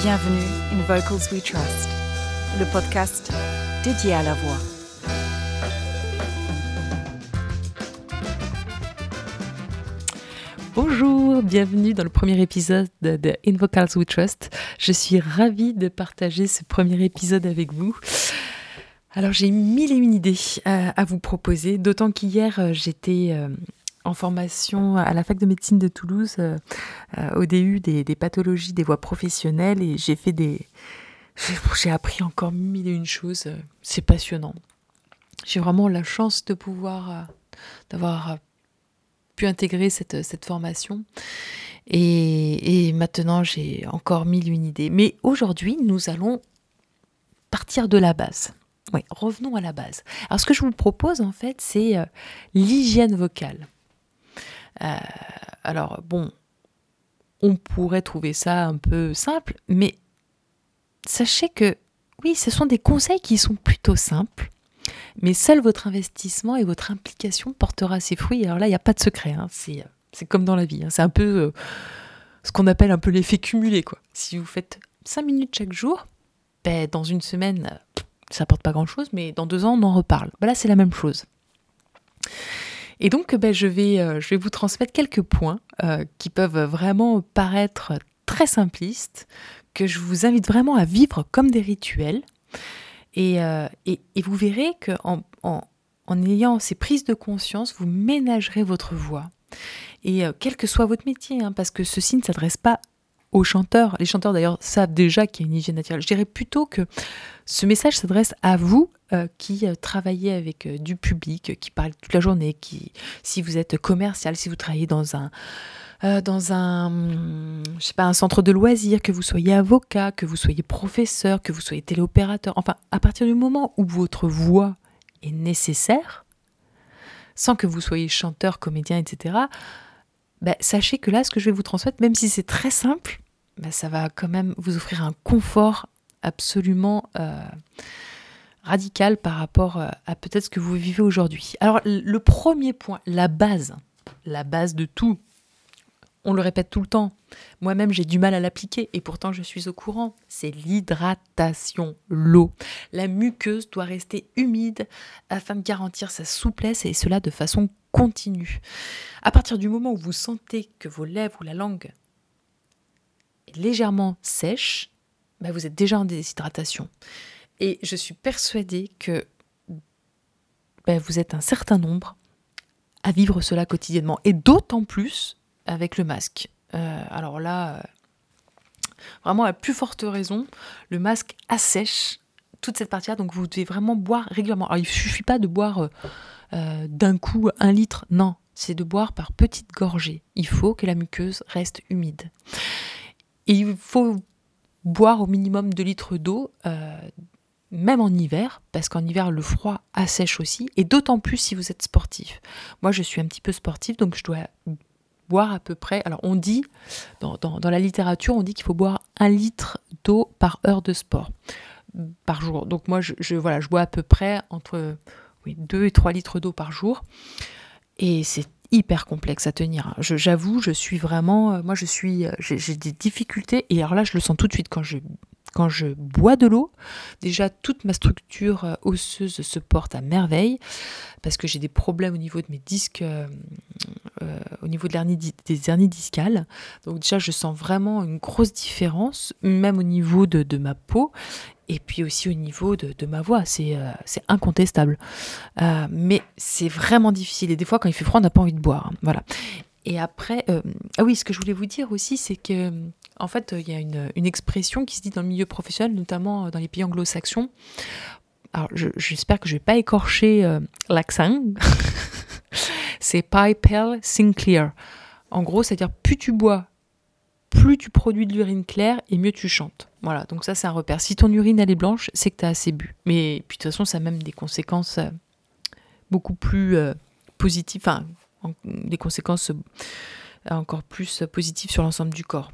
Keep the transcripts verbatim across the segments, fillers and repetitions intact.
Bienvenue in Vocals We Trust, le podcast dédié à la voix. Bonjour, bienvenue dans le premier épisode de In Vocals We Trust. Je suis ravie de partager ce premier épisode avec vous. Alors j'ai mille et une idées à, à vous proposer, d'autant qu'hier j'étais euh, en formation à la fac de médecine de Toulouse, euh, euh, au D U des, des pathologies des voix professionnelles, et j'ai fait des, j'ai, j'ai appris encore mille et une choses. C'est passionnant. J'ai vraiment la chance de pouvoir, euh, d'avoir pu intégrer cette, cette formation. Et, et maintenant, j'ai encore mille et une idées. Mais aujourd'hui, nous allons partir de la base. Oui, revenons à la base. Alors, ce que je vous propose, en fait, c'est euh, l'hygiène vocale. Euh, alors, bon, on pourrait trouver ça un peu simple, mais sachez que, oui, ce sont des conseils qui sont plutôt simples, mais seul votre investissement et votre implication portera ses fruits. Alors là, il n'y a pas de secret, hein. c'est, c'est comme dans la vie. Hein. C'est un peu euh, ce qu'on appelle un peu l'effet cumulé, quoi. Si vous faites cinq minutes chaque jour, ben, dans une semaine, ça n'apporte pas grand-chose, mais dans deux ans, on en reparle. Ben là, c'est la même chose. Et donc, ben, je vais, euh, je vais vous transmettre quelques points euh, qui peuvent vraiment paraître très simplistes, que je vous invite vraiment à vivre comme des rituels. Et, euh, et, et vous verrez qu'en en, en ayant ces prises de conscience, vous ménagerez votre voix. Et euh, quel que soit votre métier, hein, parce que ceci ne s'adresse pas aux chanteurs. Les chanteurs, d'ailleurs, savent déjà qu'il y a une hygiène naturelle. Je dirais plutôt que ce message s'adresse à vous euh, qui euh, travaillez avec euh, du public, euh, qui parlez toute la journée, qui, si vous êtes commercial, si vous travaillez dans un... Euh, dans un, je sais pas, un centre de loisirs, que vous soyez avocat, que vous soyez professeur, que vous soyez téléopérateur, enfin, à partir du moment où votre voix est nécessaire, sans que vous soyez chanteur, comédien, et cetera, ben, sachez que là, ce que je vais vous transmettre, même si c'est très simple, ben, ça va quand même vous offrir un confort absolument euh, radical par rapport à peut-être ce que vous vivez aujourd'hui. Alors, le premier point, la base, la base de tout, on le répète tout le temps. Moi-même, j'ai du mal à l'appliquer et pourtant, je suis au courant. C'est l'hydratation, l'eau. La muqueuse doit rester humide afin de garantir sa souplesse et cela de façon continue. À partir du moment où vous sentez que vos lèvres ou la langue est légèrement sèche, bah vous êtes déjà en déshydratation. Et je suis persuadée que bah vous êtes un certain nombre à vivre cela quotidiennement. Et d'autant plus avec le masque. Euh, alors là, euh, vraiment à plus forte raison, le masque assèche toute cette partie-là, donc vous devez vraiment boire régulièrement. Alors il ne suffit pas de boire euh, d'un coup un litre, non, c'est de boire par petites gorgées. Il faut que la muqueuse reste humide. Et il faut boire au minimum deux litres d'eau, euh, même en hiver, parce qu'en hiver, le froid assèche aussi, et d'autant plus si vous êtes sportif. Moi, je suis un petit peu sportif, donc je dois boire à peu près, alors on dit, dans, dans, dans la littérature, on dit qu'il faut boire un litre d'eau par heure de sport, par jour. Donc moi, je, je, voilà, je bois à peu près entre oui, deux et trois litres d'eau par jour. Et c'est hyper complexe à tenir. Je, j'avoue, je suis vraiment, euh, moi je suis, euh, j'ai, j'ai des difficultés, et alors là, je le sens tout de suite quand je Quand je bois de l'eau, déjà toute ma structure osseuse se porte à merveille parce que j'ai des problèmes au niveau de mes disques, euh, euh, au niveau de l'hernie, des hernies discales. Donc déjà, je sens vraiment une grosse différence, même au niveau de, de ma peau et puis aussi au niveau de, de ma voix. C'est, euh, c'est incontestable. Euh, mais c'est vraiment difficile. Et des fois, quand il fait froid, on n'a pas envie de boire. Hein. Voilà. Et après, euh, ah oui, ce que je voulais vous dire aussi, c'est que en fait, il y a une, une expression qui se dit dans le milieu professionnel, notamment dans les pays anglo-saxons. Alors, je, j'espère que je ne vais pas écorcher euh, l'accent. C'est pie, pale, sing clear. En gros, c'est-à-dire plus tu bois, plus tu produis de l'urine claire et mieux tu chantes. Voilà, donc ça, c'est un repère. Si ton urine, elle est blanche, c'est que tu as assez bu. Mais puis, de toute façon, ça a même des conséquences euh, beaucoup plus euh, positives, enfin, en, des conséquences euh, encore plus positives sur l'ensemble du corps.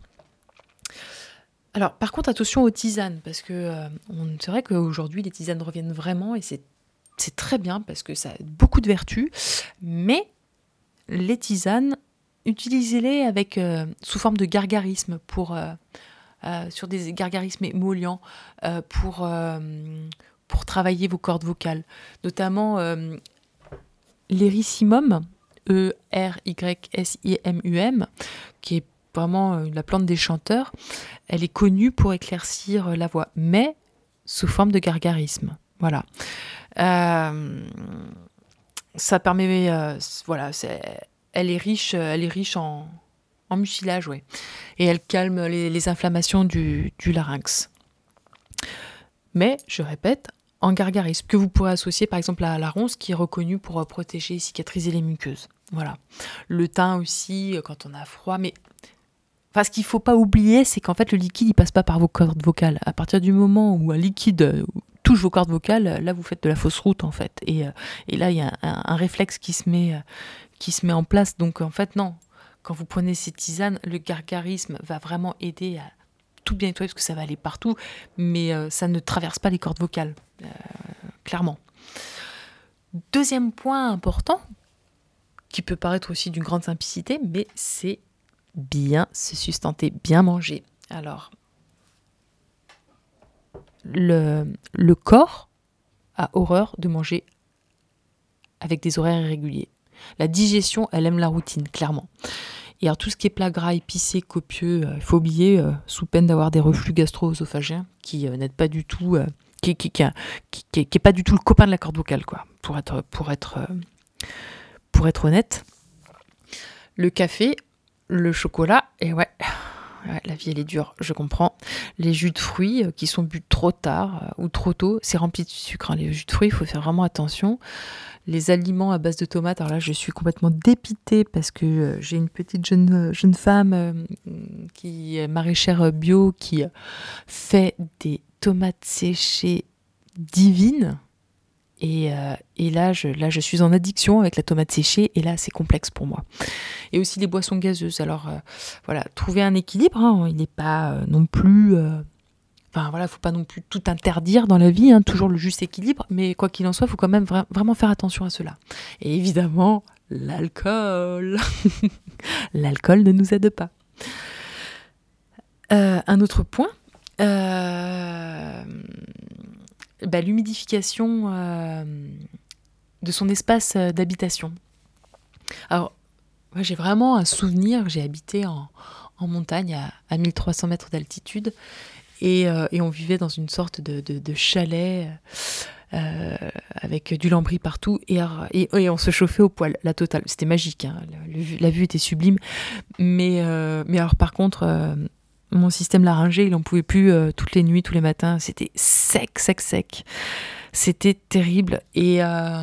Alors, par contre, attention aux tisanes, parce que euh, on, c'est vrai qu'aujourd'hui, les tisanes reviennent vraiment, et c'est, c'est très bien, parce que ça a beaucoup de vertus, mais les tisanes, utilisez-les avec, euh, sous forme de gargarisme pour, euh, euh, sur des gargarismes émollients euh, pour, euh, pour travailler vos cordes vocales, notamment euh, l'Erysimum, E R Y S I M U M, qui est vraiment euh, la plante des chanteurs. Elle est connue pour éclaircir la voix, mais sous forme de gargarisme. Voilà. Euh, ça permet... Euh, voilà, c'est, elle est riche, elle est riche en, en mucilage, ouais. Et elle calme les, les inflammations du, du larynx. Mais, je répète, en gargarisme, que vous pourrez associer par exemple à la ronce, qui est reconnue pour protéger et cicatriser les muqueuses. Voilà. Le thym aussi, quand on a froid, mais... Enfin, ce qu'il ne faut pas oublier, c'est qu'en fait, le liquide, il ne passe pas par vos cordes vocales. À partir du moment où un liquide touche vos cordes vocales, là, vous faites de la fausse route, en fait. Et, et là, il y a un, un réflexe qui se, met, qui se met en place. Donc, en fait, non. Quand vous prenez ces tisanes, le gargarisme va vraiment aider à tout bien nettoyer, parce que ça va aller partout, mais euh, ça ne traverse pas les cordes vocales, euh, clairement. Deuxième point important, qui peut paraître aussi d'une grande simplicité, mais c'est bien se sustenter, bien manger. Alors, le, le corps a horreur de manger avec des horaires irréguliers. La digestion, elle aime la routine, clairement. Et alors, tout ce qui est plat gras, épicé, copieux, il euh, faut oublier, euh, sous peine d'avoir des reflux gastro-œsophagiens qui euh, n'aident pas du tout, euh, qui, qui, qui, qui, qui, qui est pas du tout le copain de la corde vocale, quoi, pour être, pour être, euh, pour être honnête. Le café, le chocolat, et ouais, ouais, la vie elle est dure, je comprends. Les jus de fruits euh, qui sont bu trop tard euh, ou trop tôt, c'est rempli de sucre. Hein. Les jus de fruits, il faut faire vraiment attention. Les aliments à base de tomates, alors là je suis complètement dépitée parce que euh, j'ai une petite jeune, jeune femme euh, qui est maraîchère bio qui euh, fait des tomates séchées divines. Et, euh, et là, je, là, je suis en addiction avec la tomate séchée, et là, c'est complexe pour moi. Et aussi les boissons gazeuses. Alors, euh, voilà, trouver un équilibre, hein, il n'est pas euh, non plus... Euh, enfin, voilà, il ne faut pas non plus tout interdire dans la vie, hein, toujours le juste équilibre, mais quoi qu'il en soit, il faut quand même vra- vraiment faire attention à cela. Et évidemment, l'alcool. L'alcool ne nous aide pas. Euh, un autre point... Euh, Bah, l'humidification euh, de son espace euh, d'habitation. Alors, moi, j'ai vraiment un souvenir, j'ai habité en, en montagne à, à mille trois cents mètres d'altitude et, euh, et on vivait dans une sorte de, de, de chalet euh, avec du lambris partout et, et, et on se chauffait au poêle, la totale. C'était magique, hein, le, le, la vue était sublime, mais, euh, mais alors par contre... Euh, mon système laryngé, il n'en pouvait plus euh, toutes les nuits, tous les matins. C'était sec, sec, sec. C'était terrible. Et, euh,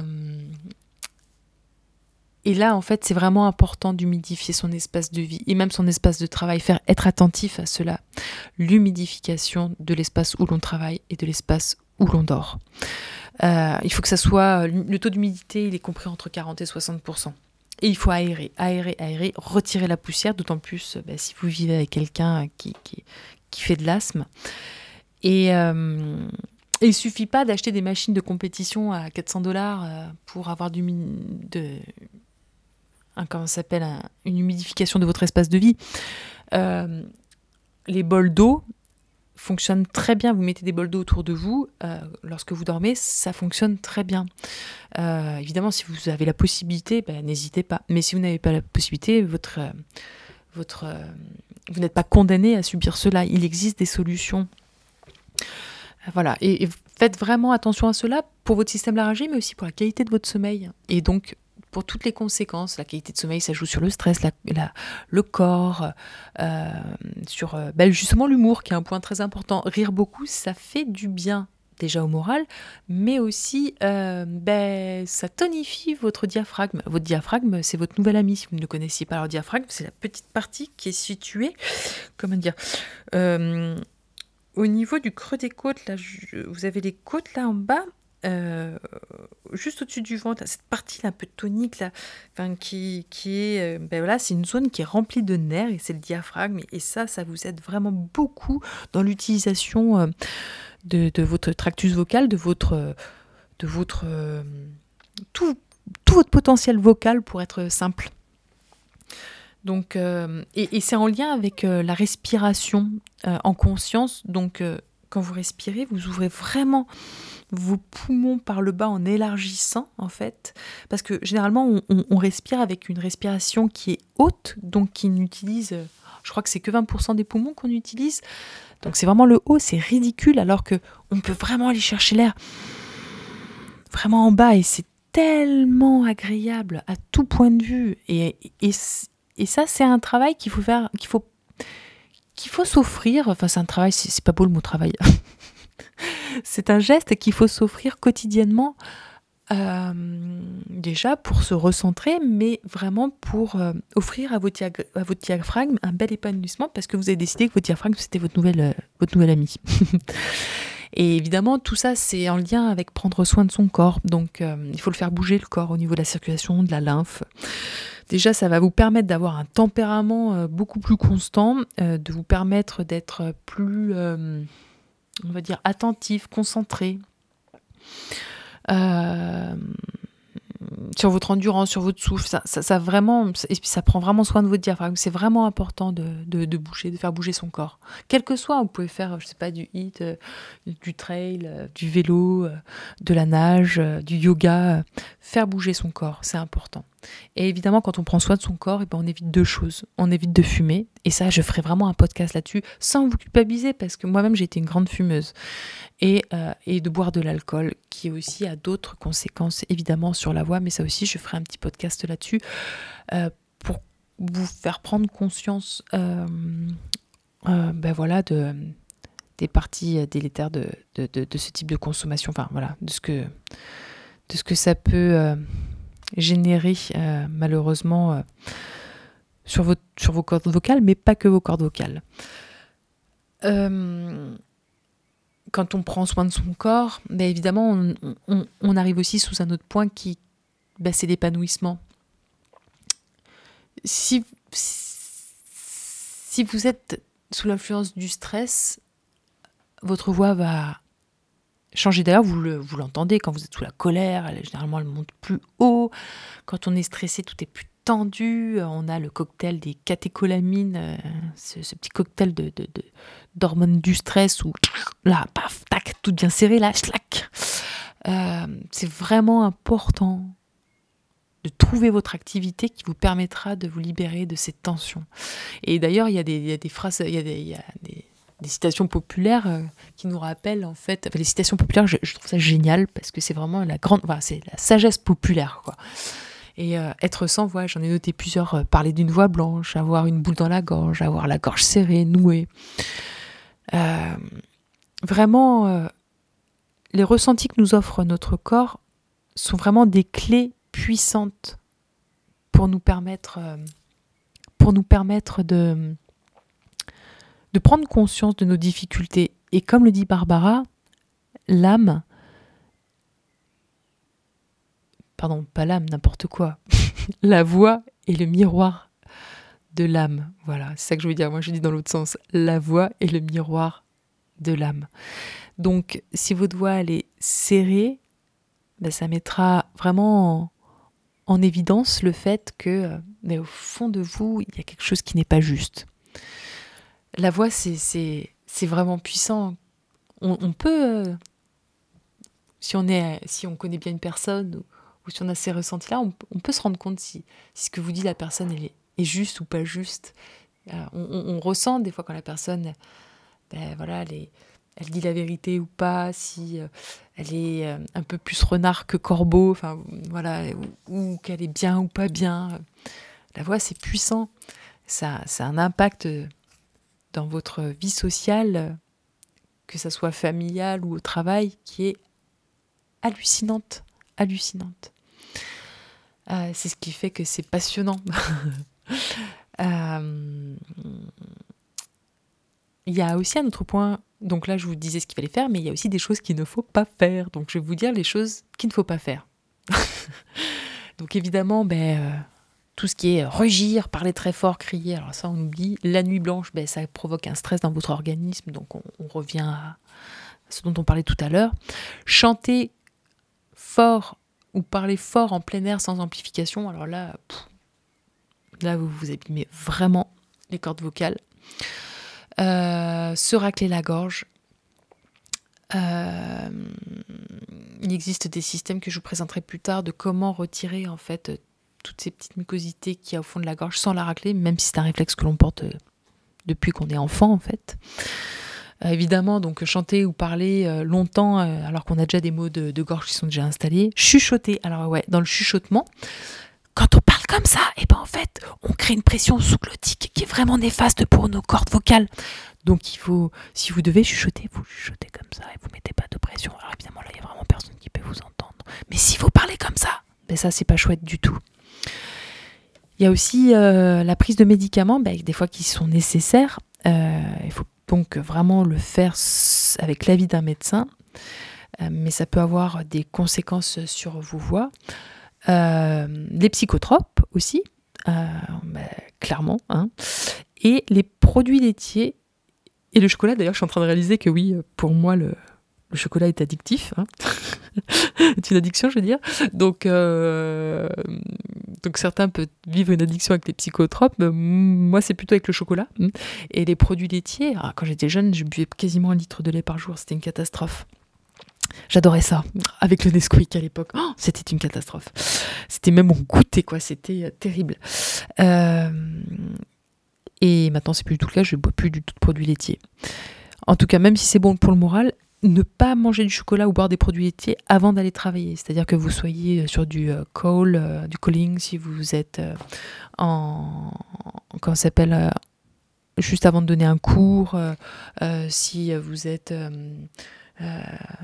et là, en fait, c'est vraiment important d'humidifier son espace de vie et même son espace de travail. Faire être attentif à cela. L'humidification de l'espace où l'on travaille et de l'espace où l'on dort. Euh, il faut que ça soit... Le taux d'humidité, il est compris entre quarante et soixante pour cent. Et il faut aérer, aérer, aérer, retirer la poussière, d'autant plus bah, si vous vivez avec quelqu'un qui, qui, qui fait de l'asthme. Et, euh, et il ne suffit pas d'acheter des machines de compétition à quatre cents dollars euh, pour avoir du, de, un, comment ça s'appelle, un, une humidification de votre espace de vie. Euh, les bols d'eau fonctionnent très bien. Vous mettez des bols d'eau autour de vous. Euh, lorsque vous dormez, ça fonctionne très bien. Euh, évidemment, si vous avez la possibilité, ben, n'hésitez pas. Mais si vous n'avez pas la possibilité, votre, euh, votre, euh, vous n'êtes pas condamné à subir cela. Il existe des solutions. Euh, voilà. Et, et faites vraiment attention à cela pour votre système laryngé, mais aussi pour la qualité de votre sommeil. Et donc, pour toutes les conséquences, la qualité de sommeil, ça joue sur le stress, la, la, le corps, euh, sur euh, ben justement l'humour, qui est un point très important. Rire beaucoup, ça fait du bien déjà au moral, mais aussi euh, ben, ça tonifie votre diaphragme. Votre diaphragme, c'est votre nouvel ami, si vous ne le connaissiez pas. Alors, diaphragme, c'est la petite partie qui est située, comment dire, euh, au niveau du creux des côtes. Là, je, vous avez les côtes là en bas, Euh, juste au-dessus du ventre, cette partie-là un peu tonique là, enfin, qui, qui est, euh, ben voilà, c'est une zone qui est remplie de nerfs et c'est le diaphragme et, et ça, ça vous aide vraiment beaucoup dans l'utilisation euh, de, de votre tractus vocal, de votre, de votre euh, tout, tout votre potentiel vocal pour être simple. Donc, euh, et, et c'est en lien avec euh, la respiration euh, en conscience. Donc, euh, quand vous respirez, vous ouvrez vraiment vos poumons par le bas en élargissant, en fait. Parce que généralement, on, on, on respire avec une respiration qui est haute, donc qui n'utilise, euh, je crois que c'est que vingt pour cent des poumons qu'on utilise. Donc, c'est vraiment le haut, c'est ridicule, alors qu'on peut vraiment aller chercher l'air vraiment en bas. Et c'est tellement agréable à tout point de vue. Et, et, et ça, c'est un travail qu'il faut faire, qu'il faut, qu'il faut s'offrir. Enfin, c'est un travail, c'est, c'est pas beau le mot travail. C'est un geste qu'il faut s'offrir quotidiennement, euh, déjà pour se recentrer, mais vraiment pour euh, offrir à votre, diag- à votre diaphragme un bel épanouissement, parce que vous avez décidé que votre diaphragme, c'était votre nouvelle, euh, votre nouvelle amie. Et évidemment, tout ça, c'est en lien avec prendre soin de son corps. Donc, euh, il faut le faire bouger, le corps, au niveau de la circulation, de la lymphe. Déjà, ça va vous permettre d'avoir un tempérament euh, beaucoup plus constant, euh, de vous permettre d'être plus... Euh, on va dire attentif, concentré euh, sur votre endurance, sur votre souffle. Ça, ça, ça, vraiment, et puis ça prend vraiment soin de votre diaphragme. C'est vraiment important de, de, de bouger, de faire bouger son corps. Quel que soit, vous pouvez faire, je sais pas, du hit, euh, du trail, euh, du vélo, euh, de la nage, euh, du yoga. Euh, faire bouger son corps, c'est important. Et évidemment, quand on prend soin de son corps, et ben on évite deux choses. On évite de fumer. Et ça, je ferai vraiment un podcast là-dessus, sans vous culpabiliser, parce que moi-même, j'ai été une grande fumeuse. Et, euh, et de boire de l'alcool, qui aussi a d'autres conséquences, évidemment, sur la voix. Mais ça aussi, je ferai un petit podcast là-dessus, euh, pour vous faire prendre conscience euh, euh, ben voilà, de, des parties délétères de, de, de, de ce type de consommation. Enfin, voilà, de ce que, de ce que ça peut... Euh, générer euh, malheureusement euh, sur, vos, sur vos cordes vocales, mais pas que vos cordes vocales. Euh, quand on prend soin de son corps, ben évidemment, on, on, on arrive aussi sous un autre point qui, ben c'est l'épanouissement. Si, si vous êtes sous l'influence du stress, votre voix va changer. D'ailleurs, vous, le, vous l'entendez quand vous êtes sous la colère, elle, généralement elle monte plus haut. Quand on est stressé, tout est plus tendu. On a le cocktail des catécholamines, euh, ce, ce petit cocktail de, de, de, d'hormones du stress où là, paf, tac, tout bien serré, là, schlac. Euh, c'est vraiment important de trouver votre activité qui vous permettra de vous libérer de cette tension. Et d'ailleurs, il y a des, il y a des phrases, il y a des, il y a des des citations populaires euh, qui nous rappellent en fait, enfin, les citations populaires, je, je trouve ça génial parce que c'est vraiment la grande, enfin, c'est la sagesse populaire, quoi. Et euh, être sans voix, j'en ai noté plusieurs, euh, parler d'une voix blanche, avoir une boule dans la gorge, avoir la gorge serrée, nouée. Euh, vraiment, euh, les ressentis que nous offre notre corps sont vraiment des clés puissantes pour nous permettre, euh, pour nous permettre de de prendre conscience de nos difficultés. Et comme le dit Barbara, l'âme, pardon, pas l'âme, n'importe quoi, la voix est le miroir de l'âme. Voilà, c'est ça que je veux dire. Moi, je dis dans l'autre sens. La voix est le miroir de l'âme. Donc, si votre voix, elle est serrée, ben, ça mettra vraiment en, en évidence le fait que, mais au fond de vous, il y a quelque chose qui n'est pas juste. La voix, c'est, c'est, c'est vraiment puissant. On, on peut, euh, si, on est, si on connaît bien une personne ou, ou si on a ces ressentis-là, on, on peut se rendre compte si, si ce que vous dit la personne elle est, est juste ou pas juste. Euh, on, on, on ressent des fois quand la personne, ben, voilà, elle, est, elle dit la vérité ou pas, si euh, elle est euh, un peu plus renard que corbeau, enfin, voilà, ou, ou qu'elle est bien ou pas bien. La voix, c'est puissant. Ça, ça a un impact dans votre vie sociale, que ça soit familiale ou au travail, qui est hallucinante, hallucinante. Euh, c'est ce qui fait que c'est passionnant. euh, il y a aussi un autre point, donc là je vous disais ce qu'il fallait faire, mais il y a aussi des choses qu'il ne faut pas faire. Donc je vais vous dire les choses qu'il ne faut pas faire. Donc évidemment, ben... Euh, tout ce qui est rugir, parler très fort, crier, alors ça on oublie. La nuit blanche, ben, ça provoque un stress dans votre organisme, donc on, on revient à ce dont on parlait tout à l'heure. Chanter fort ou parler fort en plein air sans amplification, alors là, pff, Là, vous vous abîmez vraiment les cordes vocales. Euh, se racler la gorge. Euh, il existe des systèmes que je vous présenterai plus tard de comment retirer en fait toutes ces petites mucosités qu'il y a au fond de la gorge sans la racler, même si c'est un réflexe que l'on porte depuis qu'on est enfant en fait. Euh, évidemment, donc chanter ou parler euh, longtemps euh, alors qu'on a déjà des maux de, de gorge qui sont déjà installés. Chuchoter, alors ouais, dans le chuchotement, quand on parle comme ça, et ben en fait, on crée une pression sous-glottique qui est vraiment néfaste pour nos cordes vocales. Donc il faut, si vous devez chuchoter, vous chuchotez comme ça et vous mettez pas de pression. Alors évidemment là, il y a vraiment personne qui peut vous entendre. Mais si vous parlez comme ça, ben ça c'est pas chouette du tout. Il y a aussi euh, la prise de médicaments, ben, des fois qui sont nécessaires. Euh, il faut donc vraiment le faire avec l'avis d'un médecin, euh, mais ça peut avoir des conséquences sur vos voix. Euh, les psychotropes aussi, euh, ben, clairement, hein. Et les produits laitiers et le chocolat. D'ailleurs, je suis en train de réaliser que oui, pour moi, le, le chocolat est addictif. Hein. C'est une addiction, je veux dire. Donc, euh, donc certains peuvent vivre une addiction avec les psychotropes. Moi, c'est plutôt avec le chocolat. Et les produits laitiers, alors, quand j'étais jeune, je buvais quasiment un litre de lait par jour. C'était une catastrophe. J'adorais ça, avec le Nesquik à l'époque. Oh, c'était une catastrophe. C'était même mon goûter, quoi. C'était euh, terrible. Euh, et maintenant, c'est plus du tout le cas. Je ne bois plus du tout de produits laitiers. En tout cas, même si c'est bon pour le moral, ne pas manger du chocolat ou boire des produits laitiers avant d'aller travailler. C'est-à-dire que vous soyez sur du euh, call, euh, du calling, si vous êtes euh, en... Comment ça s'appelle euh, juste avant de donner un cours, euh, euh, si vous êtes... Euh, euh,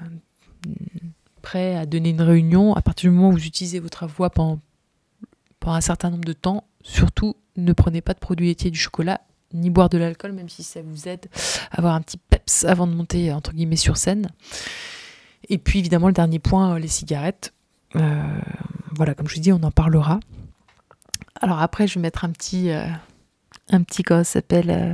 prêt à donner une réunion, à partir du moment où vous utilisez votre voix pendant, pendant un certain nombre de temps, surtout ne prenez pas de produits laitiers, du chocolat, ni boire de l'alcool, même si ça vous aide à avoir un petit peps avant de monter entre guillemets sur scène. Et puis évidemment le dernier point, les cigarettes. Euh, voilà, comme je vous dis, on en parlera. Alors après, je vais mettre un petit, euh, un petit comment ça s'appelle euh,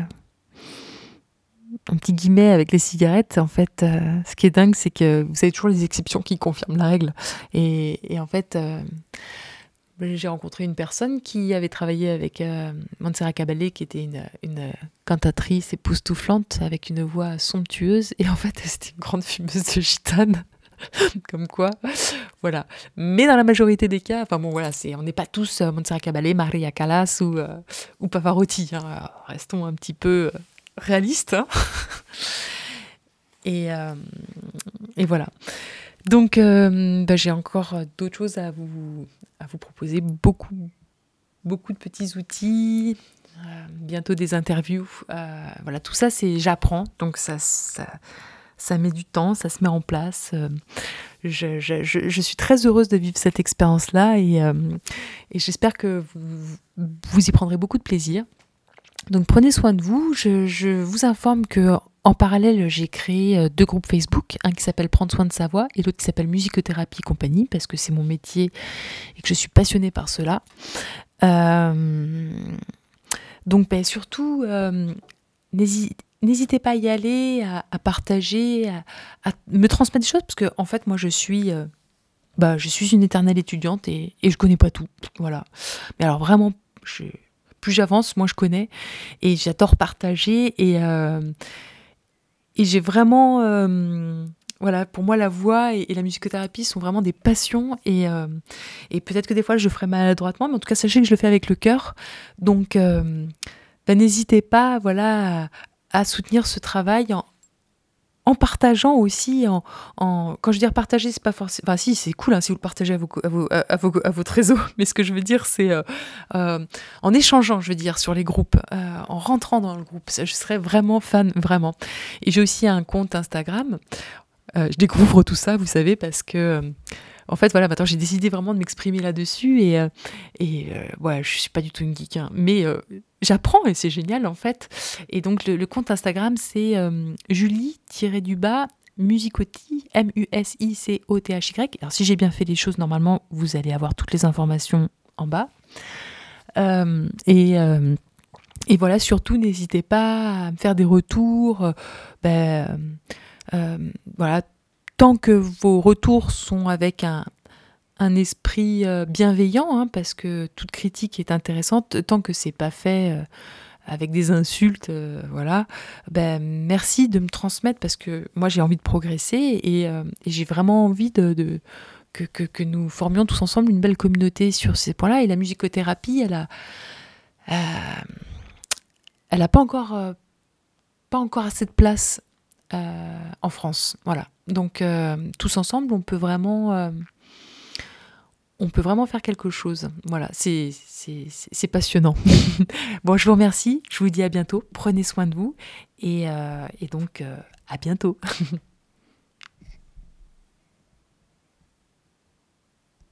un petit guillemet avec les cigarettes. En fait, euh, ce qui est dingue, c'est que vous avez toujours les exceptions qui confirment la règle. Et, et en fait, euh, j'ai rencontré une personne qui avait travaillé avec euh, Montserrat Caballé, qui était une, une cantatrice époustouflante avec une voix somptueuse. Et en fait, c'était une grande fumeuse de gitane. Comme quoi, voilà. Mais dans la majorité des cas, enfin bon, voilà, c'est, on n'est pas tous euh, Montserrat Caballé, Maria Callas ou, euh, ou Pavarotti. Hein. Alors, restons un petit peu euh, réalistes. Hein. et, euh, et voilà. Donc, euh, bah, j'ai encore d'autres choses à vous, à vous proposer. Beaucoup, beaucoup de petits outils. Euh, bientôt des interviews. Euh, voilà, tout ça, c'est j'apprends. Donc, ça... ça Ça met du temps, ça se met en place. Je, je, je, je suis très heureuse de vivre cette expérience-là et, euh, et j'espère que vous, vous y prendrez beaucoup de plaisir. Donc prenez soin de vous. Je, je vous informe qu'en parallèle, j'ai créé deux groupes Facebook, un qui s'appelle Prendre soin de sa voix et l'autre qui s'appelle Musicothérapie Compagnie, parce que c'est mon métier et que je suis passionnée par cela. Euh, donc ben, surtout, euh, n'hésitez N'hésitez pas à y aller, à, à partager, à, à me transmettre des choses, parce que en fait, moi, je suis, euh, bah, je suis une éternelle étudiante et, et je connais pas tout, voilà. Mais alors vraiment, je, plus j'avance, moins je connais, et j'adore partager, et, euh, et j'ai vraiment, euh, voilà, pour moi, la voix et, et la musicothérapie sont vraiment des passions, et, euh, et peut-être que des fois, je le ferai maladroitement, mais en tout cas, sachez que je le fais avec le cœur, donc, euh, bah, n'hésitez pas, voilà, à, à soutenir ce travail en, en partageant aussi, en, en, quand je dis partager, c'est pas forcément, enfin si, c'est cool hein, si vous le partagez à, vos, à, vos, à, vos, à votre réseau, mais ce que je veux dire, c'est euh, euh, en échangeant, je veux dire, sur les groupes, euh, en rentrant dans le groupe, je serais vraiment fan, vraiment. Et j'ai aussi un compte Instagram, euh, je découvre tout ça, vous savez, parce que... Euh, En fait, voilà, maintenant j'ai décidé vraiment de m'exprimer là-dessus et, euh, et euh, ouais, je suis pas du tout une geek, hein, mais euh, j'apprends et c'est génial en fait. Et donc le, le compte Instagram c'est euh, Julie-du-bas Musicoty, M U S I C O T H Y. Alors si j'ai bien fait les choses, normalement, vous allez avoir toutes les informations en bas. Euh, et, euh, et voilà, surtout, n'hésitez pas à me faire des retours. Euh, ben, euh, voilà, tant que vos retours sont avec un, un esprit euh, bienveillant, hein, parce que toute critique est intéressante tant que c'est pas fait euh, avec des insultes, euh, voilà. Ben merci de me transmettre parce que moi j'ai envie de progresser et, euh, et j'ai vraiment envie de, de que, que, que nous formions tous ensemble une belle communauté sur ces points-là. Et la musicothérapie, elle a, euh, elle a pas encore, euh, pas encore assez de place euh, en France, voilà. Donc euh, tous ensemble, on peut vraiment euh, on peut vraiment faire quelque chose. Voilà, c'est, c'est, c'est, c'est passionnant. Bon, je vous remercie, je vous dis à bientôt, prenez soin de vous et, euh, et donc euh, à bientôt.